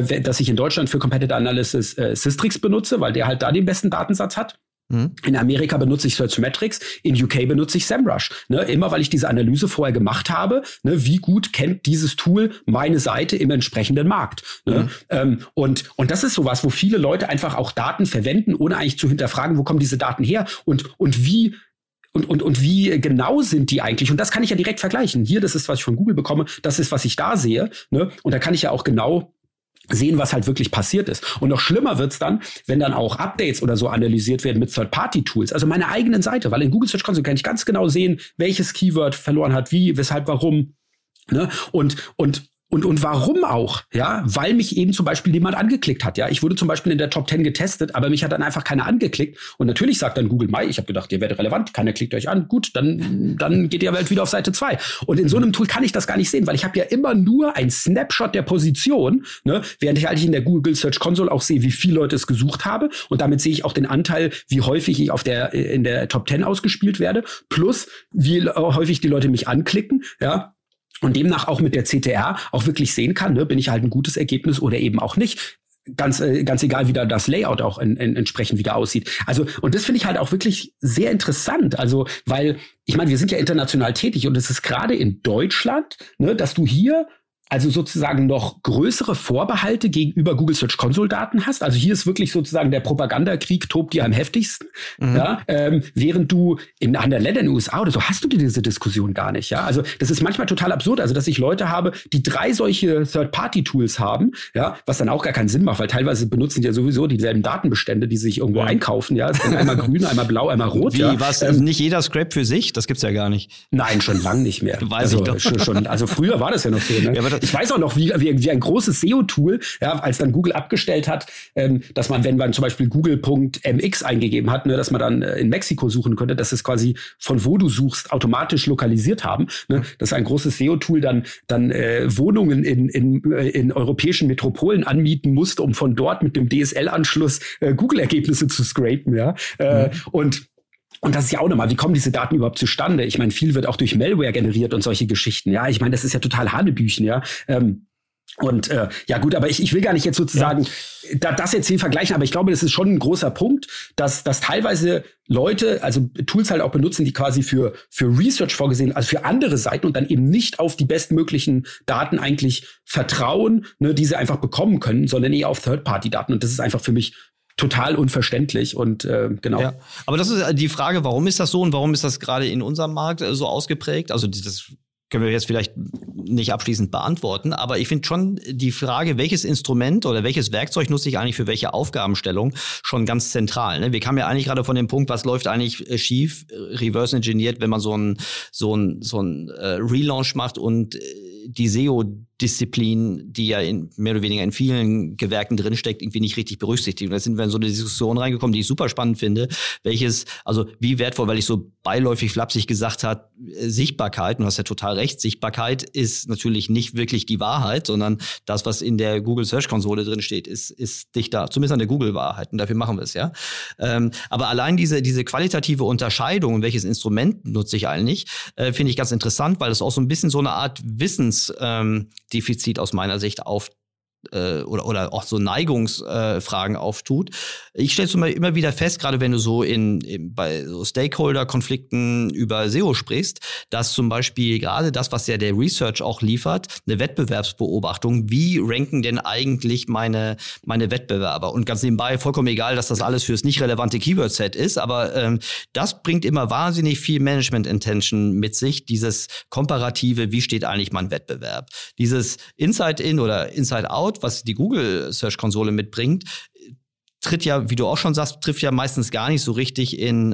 für Competitor Analysis Systrix benutze, weil der halt da den besten Datensatz hat. In Amerika benutze ich Searchmetrics, in UK benutze ich SEMrush. Ne, immer weil ich diese Analyse vorher gemacht habe, ne, wie gut kennt dieses Tool meine Seite im entsprechenden Markt. Ne? Und das ist sowas, wo viele Leute einfach auch Daten verwenden, ohne eigentlich zu hinterfragen, wo kommen diese Daten her und wie genau sind die eigentlich? Und das kann ich ja direkt vergleichen. Hier, das ist, was ich von Google bekomme, das ist, was ich da sehe. Ne? Und da kann ich ja auch genau sehen, was halt wirklich passiert ist. Und noch schlimmer wird's dann, wenn dann auch Updates oder so analysiert werden mit Third-Party-Tools. Also meine eigenen Seite, weil in Google Search Console kann ich ganz genau sehen, welches Keyword verloren hat, wie, weshalb, warum. Ne? Und warum auch, ja, weil mich eben zum Beispiel niemand angeklickt hat, ja. Ich wurde zum Beispiel in der Top 10 getestet, aber mich hat dann einfach keiner angeklickt. Und natürlich sagt dann Google, ich habe gedacht, ihr werdet relevant, keiner klickt euch an, gut, dann geht ihr halt wieder auf Seite 2. Und in so einem Tool kann ich das gar nicht sehen, weil ich habe ja immer nur ein Snapshot der Position, ne, während ich eigentlich in der Google Search Console auch sehe, wie viele Leute es gesucht habe. Und damit sehe ich auch den Anteil, wie häufig ich in der Top 10 ausgespielt werde, plus wie häufig die Leute mich anklicken, ja. Und demnach auch mit der CTR auch wirklich sehen kann, ne, bin ich halt ein gutes Ergebnis oder eben auch nicht. Ganz egal, wie da das Layout auch entsprechend wieder aussieht. Also, und das finde ich halt auch wirklich sehr interessant. Also, weil, ich meine, wir sind ja international tätig und es ist gerade in Deutschland, ne, dass du hier also sozusagen noch größere Vorbehalte gegenüber Google Search Console Daten hast. Also hier ist wirklich sozusagen der Propagandakrieg tobt hier am heftigsten. Ja, während du in anderen Ländern in den USA oder so hast du diese Diskussion gar nicht. Ja, also das ist manchmal total absurd. Also dass ich Leute habe, die 3 solche Third-Party-Tools haben, ja, was dann auch gar keinen Sinn macht, weil teilweise benutzen die ja sowieso dieselben Datenbestände, die sie sich irgendwo einkaufen. Ja, es sind einmal grün, einmal blau, einmal rot. Wie, ja. Was? Nicht jeder Scrape für sich? Das gibt's ja gar nicht. Nein, schon lang nicht mehr. Weiß ich doch. Schon, also früher war das ja noch so. Ne? Ja, ich weiß auch noch, wie ein großes SEO-Tool, ja, als dann Google abgestellt hat, dass man, wenn man zum Beispiel google.mx eingegeben hat, ne, dass man dann in Mexiko suchen könnte, dass es quasi von wo du suchst automatisch lokalisiert haben. Ne, dass ein großes SEO-Tool dann Wohnungen in europäischen Metropolen anmieten musste, um von dort mit dem DSL-Anschluss Google-Ergebnisse zu scrapen. Ja, Und das ist ja auch nochmal, wie kommen diese Daten überhaupt zustande? Ich meine, viel wird auch durch Malware generiert und solche Geschichten. Ja, ich meine, das ist ja total Hanebüchen, ja. Ja gut, aber ich will gar nicht jetzt sozusagen das jetzt hier vergleichen, aber ich glaube, das ist schon ein großer Punkt, dass teilweise Leute, also Tools halt auch benutzen, die quasi für Research vorgesehen, also für andere Seiten und dann eben nicht auf die bestmöglichen Daten eigentlich vertrauen, ne, die sie einfach bekommen können, sondern eher auf Third-Party-Daten. Und das ist einfach für mich total unverständlich und genau. Ja, aber das ist die Frage, warum ist das so und warum ist das gerade in unserem Markt so ausgeprägt? Also das können wir jetzt vielleicht nicht abschließend beantworten, aber ich finde schon die Frage, welches Instrument oder welches Werkzeug nutze ich eigentlich für welche Aufgabenstellung, schon ganz zentral. Ne? Wir kamen ja eigentlich gerade von dem Punkt, was läuft eigentlich schief, reverse engineert, wenn man so ein Relaunch macht und die SEO-Disziplin, die ja mehr oder weniger in vielen Gewerken drinsteckt, irgendwie nicht richtig berücksichtigt. Und da sind wir in so eine Diskussion reingekommen, die ich super spannend finde, wie wertvoll, weil ich so beiläufig flapsig gesagt habe, Sichtbarkeit, und du hast ja total recht, Sichtbarkeit ist natürlich nicht wirklich die Wahrheit, sondern das, was in der Google Search Konsole drin steht, ist dichter, zumindest an der Google-Wahrheit, und dafür machen wir es, ja. Aber allein diese qualitative Unterscheidung, welches Instrument nutze ich eigentlich, finde ich ganz interessant, weil das auch so ein bisschen so eine Art Wissensdefizit aus meiner Sicht oder auch so Neigungsfragen auftut. Ich stelle es immer wieder fest, gerade wenn du so bei so Stakeholder-Konflikten über SEO sprichst, dass zum Beispiel gerade das, was ja der Research auch liefert, eine Wettbewerbsbeobachtung, wie ranken denn eigentlich meine Wettbewerber? Und ganz nebenbei, vollkommen egal, dass das alles fürs nicht relevante Keyword-Set ist, aber das bringt immer wahnsinnig viel Management-Intention mit sich, dieses komparative, wie steht eigentlich mein Wettbewerb? Dieses Inside-In oder Inside-Out, was die Google Search Konsole mitbringt, tritt ja, wie du auch schon sagst, trifft ja meistens gar nicht so richtig in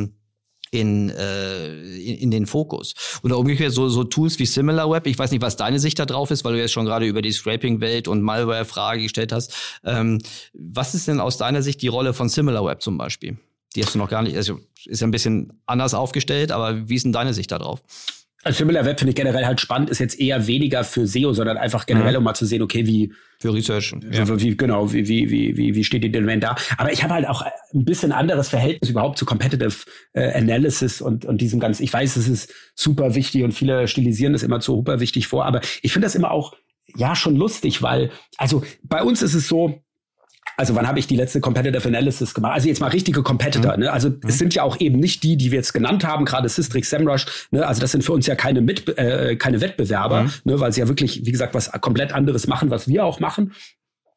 den Fokus. Oder umgekehrt so Tools wie SimilarWeb, ich weiß nicht, was deine Sicht da drauf ist, weil du jetzt schon gerade über die Scraping-Welt und Malware-Frage gestellt hast. Was ist denn aus deiner Sicht die Rolle von SimilarWeb zum Beispiel? Die hast du noch gar nicht, also ist ja ein bisschen anders aufgestellt, aber wie ist denn deine Sicht da drauf? Also SimilarWeb finde ich generell halt spannend, ist jetzt eher weniger für SEO, sondern einfach generell, um mal zu sehen, okay, wie für Research. Wie steht die Domain da? Aber ich habe halt auch ein bisschen anderes Verhältnis überhaupt zu Competitive Analysis und diesem ganzen. Ich weiß, es ist super wichtig und viele stilisieren das immer zu super wichtig vor, aber ich finde das immer auch schon lustig, weil also bei uns ist es so. Also wann habe ich die letzte Competitive Analysis gemacht? Also jetzt mal richtige Competitor. Ne? Also es sind ja auch eben nicht die wir jetzt genannt haben, gerade Systrix, SEMrush. Ne? Also das sind für uns ja keine Wettbewerber, ne? Weil sie ja wirklich, wie gesagt, was komplett anderes machen, was wir auch machen.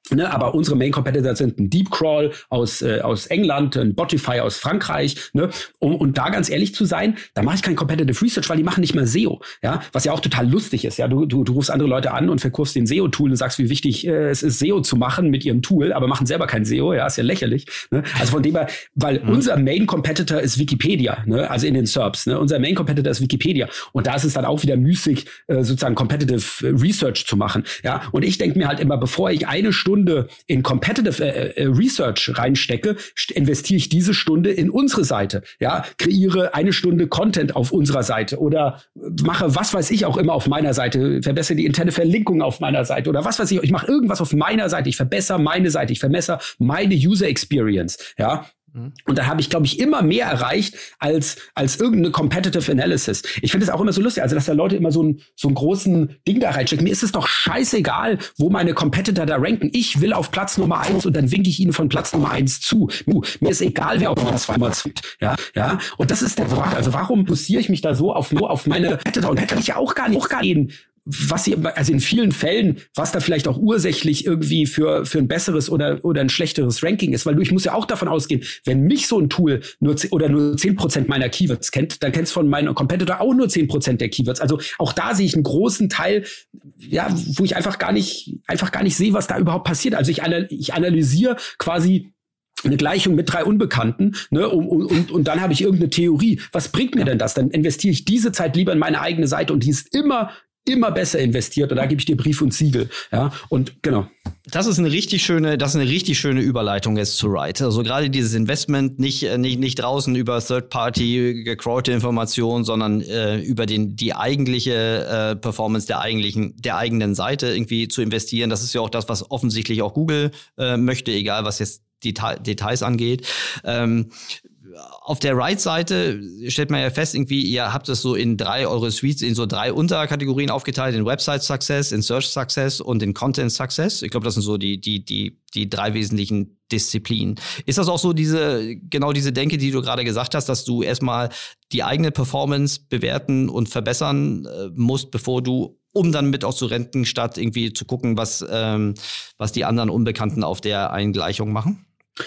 Ne, aber unsere Main Competitor sind ein Deepcrawl aus England, ein Spotify aus Frankreich. Ne? Und da ganz ehrlich zu sein, da mache ich kein Competitive Research, weil die machen nicht mal SEO. Ja, was ja auch total lustig ist. Ja, du rufst andere Leute an und verkaufst den SEO-Tool und sagst, wie wichtig es ist, SEO zu machen mit ihrem Tool, aber machen selber kein SEO. Ja, ist ja lächerlich. Ne? Also von dem her, weil unser Main Competitor ist Wikipedia. Ne? Also in den SERPs. Ne? Unser Main Competitor ist Wikipedia. Und da ist es dann auch wieder müßig, sozusagen Competitive Research zu machen. Ja, und ich denke mir halt immer, bevor ich eine Stunde in Competitive Research reinstecke, investiere ich diese Stunde in unsere Seite. Ja, kreiere eine Stunde Content auf unserer Seite oder mache was weiß ich auch immer auf meiner Seite, verbessere die interne Verlinkung auf meiner Seite oder was weiß ich mache irgendwas auf meiner Seite, ich verbessere meine Seite, ich verbessere meine User Experience. Ja. Und da habe ich, glaube ich, immer mehr erreicht als irgendeine Competitive Analysis. Ich finde es auch immer so lustig, also dass da Leute immer so einen großen Ding da reinstecken. Mir ist es doch scheißegal, wo meine Competitor da ranken. Ich will auf Platz Nummer 1 und dann winke ich ihnen von Platz Nummer 1 zu. Mir ist egal, wer auf Platz 2 zwingt. Ja. Und das ist der Frage. Also warum fokussiere ich mich da so auf meine Competitor? Und hätte ich ja auch gar nicht reden. Also in vielen Fällen, was da vielleicht auch ursächlich irgendwie für ein besseres oder ein schlechteres Ranking ist, weil ich muss ja auch davon ausgehen, wenn mich so ein Tool nur 10% meiner Keywords kennt, dann kennt es von meinem Competitor auch nur 10% der Keywords. Also auch da sehe ich einen großen Teil, ja, wo ich einfach gar nicht sehe, was da überhaupt passiert. Also ich analysiere quasi eine Gleichung mit 3 Unbekannten, ne, und dann habe ich irgendeine Theorie. Was bringt mir denn das? Dann investiere ich diese Zeit lieber in meine eigene Seite und die ist immer besser investiert und da gebe ich dir Brief und Siegel. Ja, und genau. Das ist eine richtig schöne Überleitung jetzt zu Right. Also gerade dieses Investment nicht draußen über Third-Party gecrawlte Informationen, sondern über die eigentliche Performance der eigenen Seite irgendwie zu investieren. Das ist ja auch das, was offensichtlich auch Google möchte, egal was jetzt Details angeht. Auf der Right-Seite stellt man ja fest, irgendwie, ihr habt es so in eure Suites in so 3 Unterkategorien aufgeteilt, in Website Success, in Search Success und in Content Success. Ich glaube, das sind so die 3 wesentlichen Disziplinen. Ist das auch so diese Denke, die du gerade gesagt hast, dass du erstmal die eigene Performance bewerten und verbessern musst, um dann mit auch zu renten, statt irgendwie zu gucken, was die anderen Unbekannten auf der Eingleichung machen?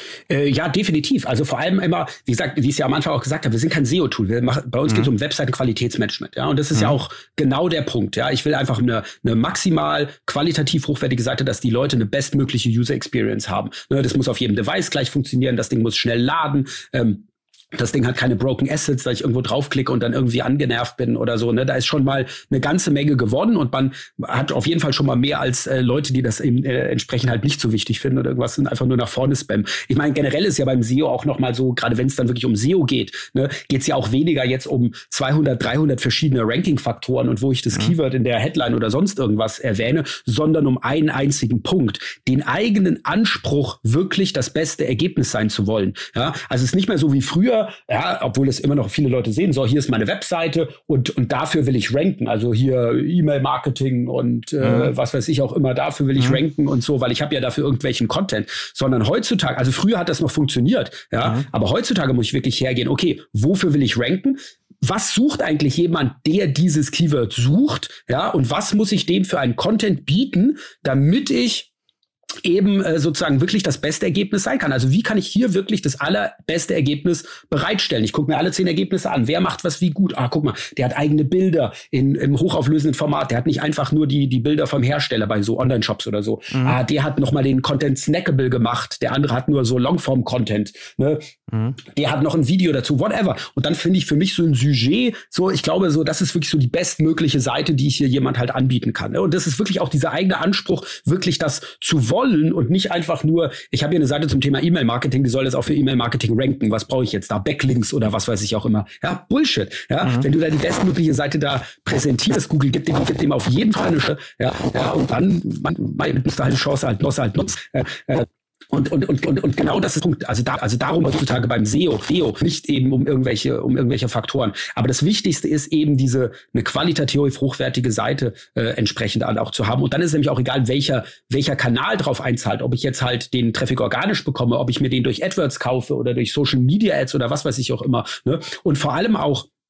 Ja, definitiv. Also vor allem immer, wie gesagt, wie ich es ja am Anfang auch gesagt habe, wir sind kein SEO-Tool. Bei uns geht es um Webseiten-Qualitätsmanagement. Ja, und das ist ja auch genau der Punkt. Ja, ich will einfach eine maximal qualitativ hochwertige Seite, dass die Leute eine bestmögliche User-Experience haben. Ne, das muss auf jedem Device gleich funktionieren. Das Ding muss schnell laden. Das Ding hat keine Broken Assets, dass ich irgendwo draufklicke und dann irgendwie angenervt bin oder so. Ne? Da ist schon mal eine ganze Menge gewonnen und man hat auf jeden Fall schon mal mehr als Leute, die das eben entsprechend halt nicht so wichtig finden oder irgendwas und einfach nur nach vorne spammen. Ich meine, generell ist ja beim SEO auch noch mal so, gerade wenn es dann wirklich um SEO geht, ne, geht es ja auch weniger jetzt um 200, 300 verschiedene Ranking-Faktoren und wo ich das Keyword in der Headline oder sonst irgendwas erwähne, sondern um einen einzigen Punkt, den eigenen Anspruch, wirklich das beste Ergebnis sein zu wollen. Ja? Also es ist nicht mehr so wie früher, ja, obwohl es immer noch viele Leute sehen, so, hier ist meine Webseite und dafür will ich ranken, also hier E-Mail-Marketing und was weiß ich auch immer, dafür will ich ranken und so, weil ich habe ja dafür irgendwelchen Content, sondern heutzutage, also früher hat das noch funktioniert, ja, aber heutzutage muss ich wirklich hergehen, okay, wofür will ich ranken? Was sucht eigentlich jemand, der dieses Keyword sucht, ja, und was muss ich dem für einen Content bieten, damit ich eben sozusagen wirklich das beste Ergebnis sein kann. Also wie kann ich hier wirklich das allerbeste Ergebnis bereitstellen? Ich gucke mir alle 10 Ergebnisse an. Wer macht was wie gut? Ah, guck mal, der hat eigene Bilder im hochauflösenden Format. Der hat nicht einfach nur die Bilder vom Hersteller bei so Online-Shops oder so. Ah, der hat noch mal den Content snackable gemacht. Der andere hat nur so Longform-Content. Ne? Der hat noch ein Video dazu, whatever. Und dann finde ich für mich so ein Sujet, so, ich glaube, so, das ist wirklich so die bestmögliche Seite, die ich hier jemand halt anbieten kann. Ne? Und das ist wirklich auch dieser eigene Anspruch, wirklich das zu wollen und nicht einfach nur, ich habe hier eine Seite zum Thema E-Mail-Marketing, die soll jetzt auch für E-Mail-Marketing ranken. Was brauche ich jetzt da? Backlinks oder was weiß ich auch immer. Ja, Bullshit. Ja, wenn du da die bestmögliche Seite da präsentierst, Google gibt dem auf jeden Fall eine Chance. Ja, und dann musst du halt eine Chance halt nutzen. Und genau das ist der Punkt. Also darum heutzutage beim SEO nicht eben um irgendwelche Faktoren. Aber das Wichtigste ist eben eine qualitativ hochwertige Seite entsprechend auch zu haben. Und dann ist es nämlich auch egal, welcher Kanal drauf einzahlt. Ob ich jetzt halt den Traffic organisch bekomme, ob ich mir den durch AdWords kaufe oder durch Social Media Ads oder was weiß ich auch immer. Ne? Und vor allem auch,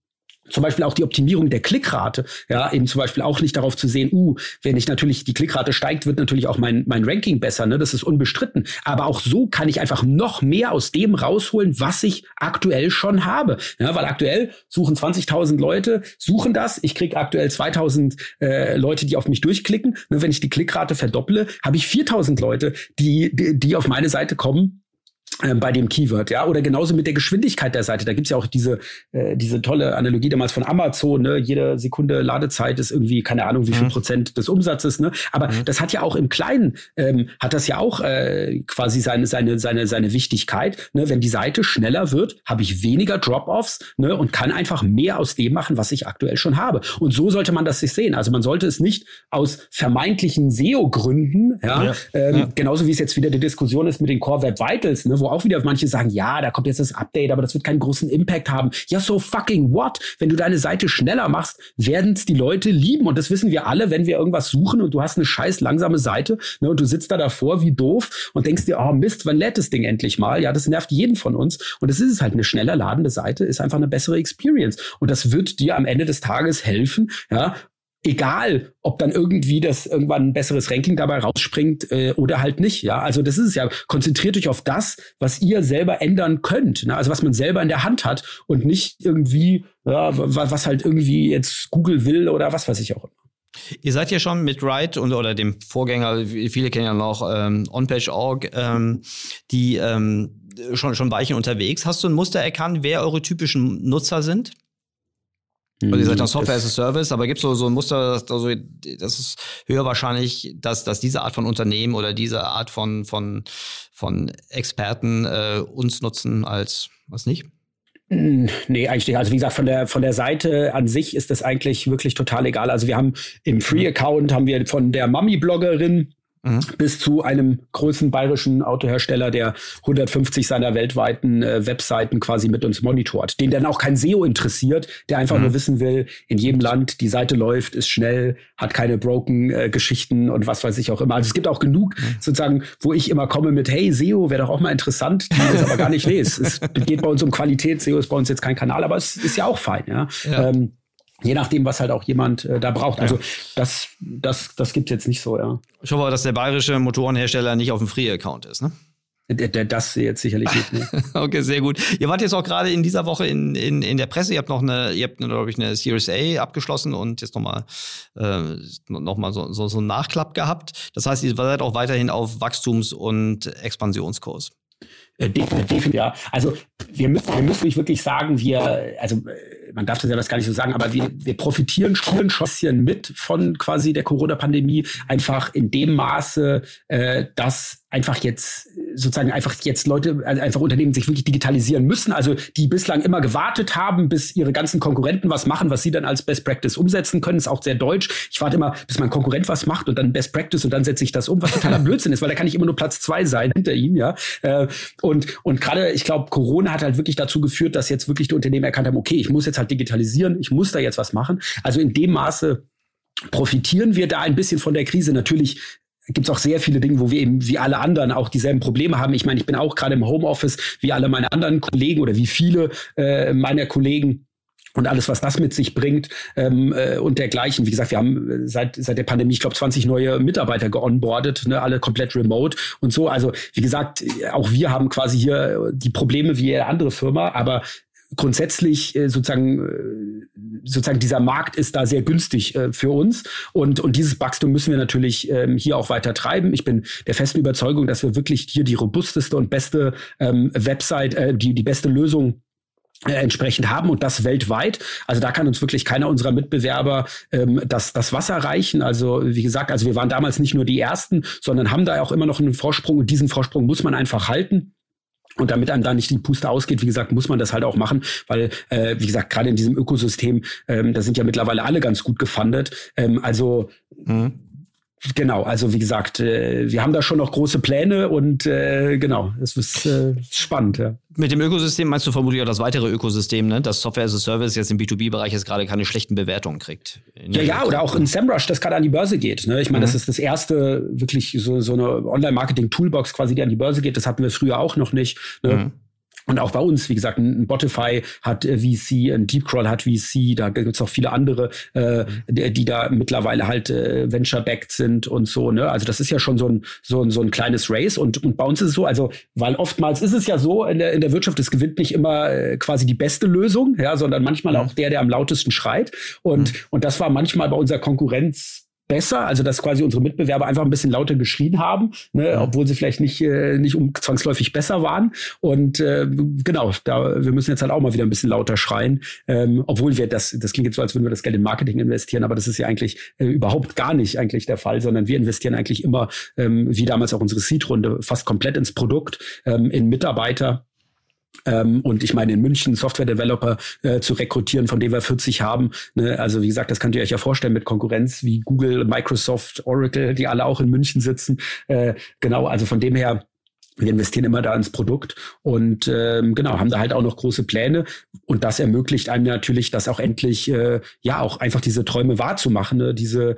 Zum Beispiel auch die Optimierung der Klickrate, ja, eben zum Beispiel auch nicht darauf zu sehen, wenn ich natürlich die Klickrate steigt, wird natürlich auch mein Ranking besser, ne, das ist unbestritten. Aber auch so kann ich einfach noch mehr aus dem rausholen, was ich aktuell schon habe. Ja, weil aktuell suchen 20.000 Leute, suchen das. Ich kriege aktuell 2.000 Leute, die auf mich durchklicken. Ne, wenn ich die Klickrate verdopple, habe ich 4.000 Leute, die auf meine Seite kommen. Bei dem Keyword, ja, oder genauso mit der Geschwindigkeit der Seite. Da gibt's ja auch diese tolle Analogie damals von Amazon, ne? Jede Sekunde Ladezeit ist irgendwie, keine Ahnung, wie viel Prozent des Umsatzes, ne? Aber das hat ja auch im Kleinen, hat das ja auch quasi seine Wichtigkeit, ne? Wenn die Seite schneller wird, habe ich weniger Drop-offs, ne? Und kann einfach mehr aus dem machen, was ich aktuell schon habe. Und so sollte man das sich sehen. Also man sollte es nicht aus vermeintlichen SEO-Gründen, genauso wie es jetzt wieder die Diskussion ist mit den Core Web Vitals, ne? Wo auch wieder manche sagen, ja, da kommt jetzt das Update, aber das wird keinen großen Impact haben. Ja, so fucking what? Wenn du deine Seite schneller machst, werden es die Leute lieben. Und das wissen wir alle, wenn wir irgendwas suchen und du hast eine scheiß langsame Seite, ne, und du sitzt da davor wie doof und denkst dir, oh Mist, wann lädt das Ding endlich mal? Ja, das nervt jeden von uns. Und das ist es halt, eine schneller ladende Seite ist einfach eine bessere Experience. Und das wird dir am Ende des Tages helfen, ja, egal, ob dann irgendwie das irgendwann ein besseres Ranking dabei rausspringt oder halt nicht. Ja, also das ist es ja. Konzentriert euch auf das, was ihr selber ändern könnt. Ne? Also was man selber in der Hand hat und nicht irgendwie, ja, was halt irgendwie jetzt Google will oder was weiß ich auch immer. Ihr seid ja schon mit Write oder dem Vorgänger, viele kennen ja noch OnPage.org, die schon Weichen unterwegs. Hast du ein Muster erkannt, wer eure typischen Nutzer sind? Also ihr seid dann Software as a Service, aber gibt es so ein Muster, das ist höher wahrscheinlich, dass diese Art von Unternehmen oder diese Art von Experten uns nutzen als was nicht? Nee, eigentlich nicht. Also wie gesagt, von der Seite an sich ist das eigentlich wirklich total egal. Also wir haben im Free-Account haben wir von der Mami-Bloggerin bis zu einem großen bayerischen Autohersteller, der 150 seiner weltweiten Webseiten quasi mit uns monitort, den dann auch kein SEO interessiert, der einfach nur wissen will, in jedem Land, die Seite läuft, ist schnell, hat keine broken Geschichten und was weiß ich auch immer. Also es gibt auch genug sozusagen, wo ich immer komme mit, hey, SEO wäre doch auch mal interessant, die das aber gar nicht lesen. Es geht bei uns um Qualität, SEO ist bei uns jetzt kein Kanal, aber es ist ja auch fein, ja. Je nachdem, was halt auch jemand da braucht. Also das gibt's jetzt nicht so, ja. Ich hoffe, dass der bayerische Motorenhersteller nicht auf dem Free-Account ist, ne? Das jetzt sicherlich nicht. Ne? Okay, sehr gut. Ihr wart jetzt auch gerade in dieser Woche in der Presse. Ihr habt glaube ich, eine Series A abgeschlossen und jetzt noch mal so einen Nachklapp gehabt. Das heißt, ihr seid auch weiterhin auf Wachstums- und Expansionskurs. Definitiv, ja. Also wir müssen nicht wirklich sagen, man darf das ja das gar nicht so sagen, aber wir profitieren schon ein bisschen mit von quasi der Corona-Pandemie, einfach in dem Maße, dass einfach jetzt Leute, einfach Unternehmen sich wirklich digitalisieren müssen, also die bislang immer gewartet haben, bis ihre ganzen Konkurrenten was machen, was sie dann als Best Practice umsetzen können, ist auch sehr deutsch. Ich warte immer, bis mein Konkurrent was macht und dann Best Practice und dann setze ich das um, was totaler Blödsinn ist, weil da kann ich immer nur Platz 2 sein hinter ihm, ja. Und gerade, ich glaube, Corona hat halt wirklich dazu geführt, dass jetzt wirklich die Unternehmen erkannt haben, okay, ich muss jetzt halt digitalisieren, ich muss da jetzt was machen. Also in dem Maße profitieren wir da ein bisschen von der Krise. Natürlich gibt es auch sehr viele Dinge, wo wir eben wie alle anderen auch dieselben Probleme haben. Ich meine, ich bin auch gerade im Homeoffice, wie alle meine anderen Kollegen oder wie viele meiner Kollegen. Und alles, was das mit sich bringt und dergleichen. Wie gesagt, wir haben seit der Pandemie, ich glaube, 20 neue Mitarbeiter geonboardet, ne, alle komplett remote und so. Also wie gesagt, auch wir haben quasi hier die Probleme wie jede andere Firma, aber grundsätzlich sozusagen dieser Markt ist da sehr günstig für uns und dieses Wachstum müssen wir natürlich hier auch weiter treiben. Ich bin der festen Überzeugung, dass wir wirklich hier die robusteste und beste Website, die beste Lösung entsprechend haben und das weltweit. Also da kann uns wirklich keiner unserer Mitbewerber das Wasser reichen. Also wie gesagt, also wir waren damals nicht nur die Ersten, sondern haben da auch immer noch einen Vorsprung und diesen Vorsprung muss man einfach halten. Und damit einem da nicht die Puste ausgeht, wie gesagt, muss man das halt auch machen, weil, wie gesagt, gerade in diesem Ökosystem, da sind ja mittlerweile alle ganz gut gefundet. Genau, also wie gesagt, wir haben da schon noch große Pläne und genau, es ist spannend, ja. Mit dem Ökosystem meinst du vermutlich auch das weitere Ökosystem, ne? Das Software as a Service jetzt im B2B-Bereich jetzt gerade keine schlechten Bewertungen kriegt. Ja, oder auch in SEMrush, das gerade an die Börse geht. Ne? Ich meine, das ist das erste wirklich so eine Online-Marketing-Toolbox quasi, die an die Börse geht. Das hatten wir früher auch noch nicht. Ne? Und auch bei uns, wie gesagt, ein Spotify hat VC, ein Deepcrawl hat VC, da gibt's auch viele andere, die da mittlerweile halt Venture-backed sind und so, ne? Also das ist ja schon so ein kleines Race. Und bei uns ist es so, also, weil oftmals ist es ja so in der Wirtschaft, es gewinnt nicht immer quasi die beste Lösung, ja, sondern manchmal auch der am lautesten schreit. Und das war manchmal bei unserer Konkurrenz besser, also dass quasi unsere Mitbewerber einfach ein bisschen lauter geschrien haben, ne, obwohl sie vielleicht nicht zwangsläufig besser waren. Und genau, wir müssen jetzt halt auch mal wieder ein bisschen lauter schreien, obwohl das klingt jetzt so, als würden wir das Geld in Marketing investieren, aber das ist ja eigentlich überhaupt gar nicht eigentlich der Fall, sondern wir investieren eigentlich immer, wie damals auch unsere Seed-Runde, fast komplett ins Produkt, in Mitarbeiter. Und ich meine, in München Software-Developer zu rekrutieren, von denen wir 40 haben. Ne? Also wie gesagt, das könnt ihr euch ja vorstellen mit Konkurrenz wie Google, Microsoft, Oracle, die alle auch in München sitzen. Genau, also von dem her, wir investieren immer da ins Produkt und genau, haben da halt auch noch große Pläne. Und das ermöglicht einem natürlich, das auch endlich, auch einfach diese Träume wahrzumachen, ne? Diese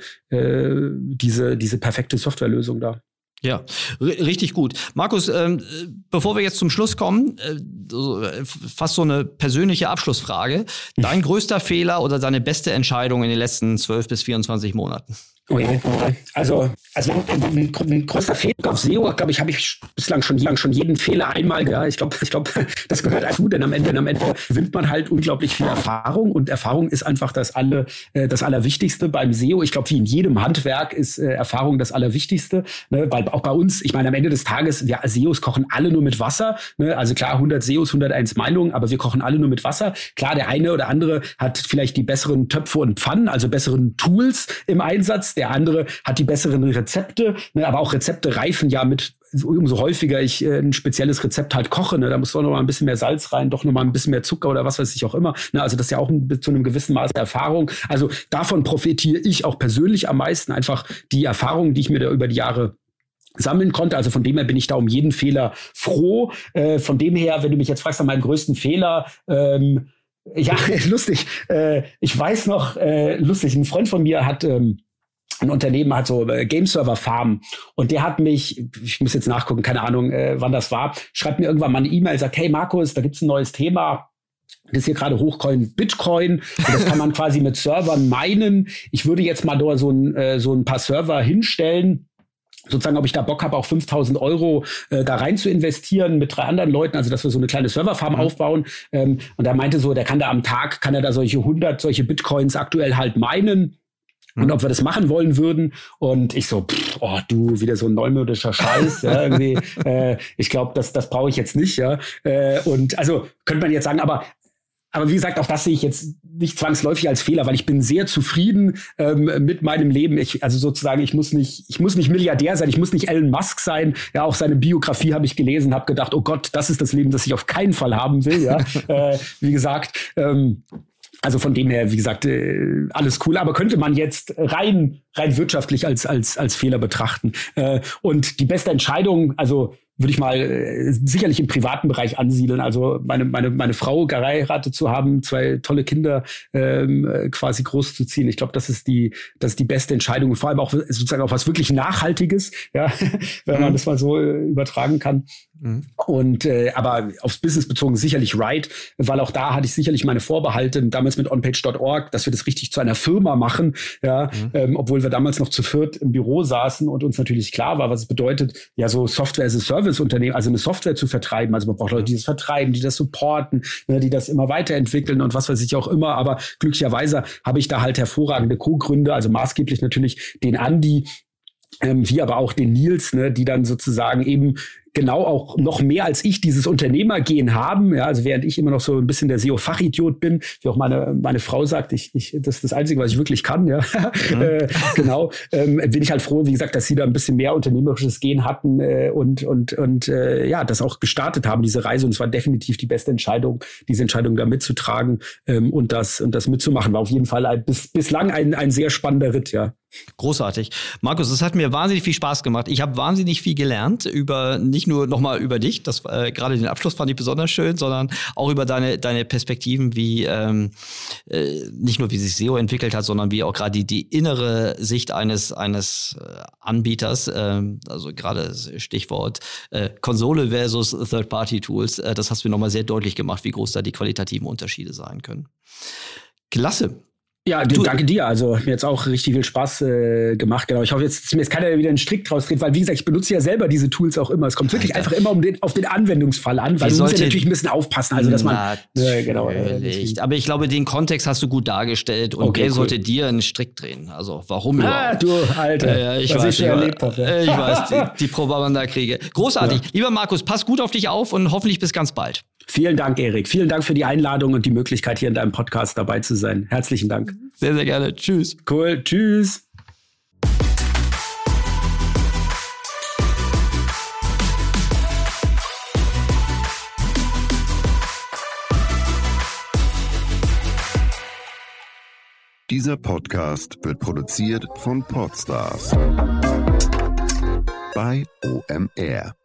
perfekte Softwarelösung da. Ja, richtig gut. Markus, bevor wir jetzt zum Schluss kommen, fast so eine persönliche Abschlussfrage. Dein größter Fehler oder deine beste Entscheidung in den letzten 12 bis 24 Monaten? Okay. Also ein größter Fehler auf SEO, glaube ich, habe ich bislang schon jeden Fehler einmal, ja. Ich glaube, das gehört dazu, denn am Ende gewinnt man halt unglaublich viel Erfahrung und Erfahrung ist einfach das Allerwichtigste beim SEO. Ich glaube, wie in jedem Handwerk ist Erfahrung das Allerwichtigste, ne? Weil auch bei uns, ich meine, am Ende des Tages, wir SEOs kochen alle nur mit Wasser, ne? Also klar, 100 SEOs, 101 Meinungen, aber wir kochen alle nur mit Wasser. Klar, der eine oder andere hat vielleicht die besseren Töpfe und Pfannen, also besseren Tools im Einsatz. Der andere hat die besseren Rezepte, ne, aber auch Rezepte reifen ja mit, umso häufiger ich ein spezielles Rezept halt koche, ne, da muss doch noch mal ein bisschen mehr Salz rein, doch noch mal ein bisschen mehr Zucker oder was weiß ich auch immer. Ne, also das ist ja auch zu einem gewissen Maß Erfahrung. Also davon profitiere ich auch persönlich am meisten, einfach die Erfahrungen, die ich mir da über die Jahre sammeln konnte. Also von dem her bin ich da um jeden Fehler froh. Von dem her, wenn du mich jetzt fragst nach meinem größten Fehler, ja, lustig. Ich weiß noch, lustig, ein Freund von mir hat ein Unternehmen, hat so Game-Server-Farmen und der hat mich, ich muss jetzt nachgucken, keine Ahnung, wann das war, schreibt mir irgendwann mal eine E-Mail, sagt, hey Markus, da gibt's ein neues Thema, das ist hier gerade Hochcoin Bitcoin und das kann man quasi mit Servern minen. Ich würde jetzt mal da so ein paar Server hinstellen, sozusagen, ob ich da Bock habe, auch 5.000 Euro da rein zu investieren mit 3 anderen Leuten, also dass wir so eine kleine Serverfarm aufbauen. Und er meinte so, der kann da am Tag, kann er da solche 100 solche Bitcoins aktuell halt minen. Und ob wir das machen wollen würden. Und ich so, du, wieder so ein neumodischer Scheiß. Ja, irgendwie, ich glaube, das brauche ich jetzt nicht. Ja. Und also könnte man jetzt sagen, aber wie gesagt, auch das sehe ich jetzt nicht zwangsläufig als Fehler, weil ich bin sehr zufrieden mit meinem Leben. Ich muss nicht Milliardär sein, ich muss nicht Elon Musk sein. Ja, auch seine Biografie habe ich gelesen, habe gedacht, oh Gott, das ist das Leben, das ich auf keinen Fall haben will. Ja, wie gesagt. Also von dem her, wie gesagt, alles cool. Aber könnte man jetzt rein wirtschaftlich als Fehler betrachten. Und die beste Entscheidung, also würde ich mal sicherlich im privaten Bereich ansiedeln. Also meine Frau geheiratet zu haben, 2 tolle Kinder quasi großzuziehen. Ich glaube, das ist die beste Entscheidung. Und vor allem auch sozusagen auch was wirklich Nachhaltiges, ja, wenn man das mal so übertragen kann. Und aber aufs Business bezogen sicherlich Right, weil auch da hatte ich sicherlich meine Vorbehalte damals mit onpage.org, dass wir das richtig zu einer Firma machen, ja, obwohl wir damals noch zu viert im Büro saßen und uns natürlich klar war, was es bedeutet, ja, so Software as a Service Unternehmen, also eine Software zu vertreiben. Also man braucht Leute, die das vertreiben, die das supporten, ne, die das immer weiterentwickeln und was weiß ich auch immer. Aber glücklicherweise habe ich da halt hervorragende Co-Gründer, also maßgeblich natürlich den Andi, wie aber auch den Nils, ne, die dann sozusagen eben genau auch noch mehr als ich dieses Unternehmergehen haben, ja, also während ich immer noch so ein bisschen der SEO-Fachidiot bin, wie auch meine Frau sagt, das ist das Einzige, was ich wirklich kann, ja, genau, bin ich halt froh, wie gesagt, dass sie da ein bisschen mehr unternehmerisches Gehen hatten und ja, das auch gestartet haben, diese Reise, und es war definitiv die beste Entscheidung, diese Entscheidung da mitzutragen und das mitzumachen, war auf jeden Fall bislang ein sehr spannender Ritt, ja. Großartig. Markus, es hat mir wahnsinnig viel Spaß gemacht. Ich habe wahnsinnig viel gelernt über nicht nicht nur nochmal über dich, das gerade den Abschluss fand ich besonders schön, sondern auch über deine Perspektiven, wie nicht nur wie sich SEO entwickelt hat, sondern wie auch gerade die innere Sicht eines Anbieters, also gerade Stichwort Konsole versus Third-Party-Tools, das hast du nochmal sehr deutlich gemacht, wie groß da die qualitativen Unterschiede sein können. Klasse. Ja, danke dir. Also mir jetzt auch richtig viel Spaß gemacht. Genau. Ich hoffe, jetzt mir ist keiner wieder einen Strick draus dreht, weil wie gesagt, ich benutze ja selber diese Tools auch immer. Es kommt wirklich einfach immer auf den Anwendungsfall an, weil du musst ja natürlich ein bisschen aufpassen, also dass man genau. Aber ich glaube, den Kontext hast du gut dargestellt und okay, wer sollte dir einen Strick drehen? Also warum überhaupt? Du Alter, ich weiß, die Propaganda-Kriege. Großartig. Ja. Lieber Markus, pass gut auf dich auf und hoffentlich bis ganz bald. Vielen Dank, Erik. Vielen Dank für die Einladung und die Möglichkeit, hier in deinem Podcast dabei zu sein. Herzlichen Dank. Sehr, sehr gerne. Tschüss. Cool. Tschüss. Dieser Podcast wird produziert von Podstars bei OMR.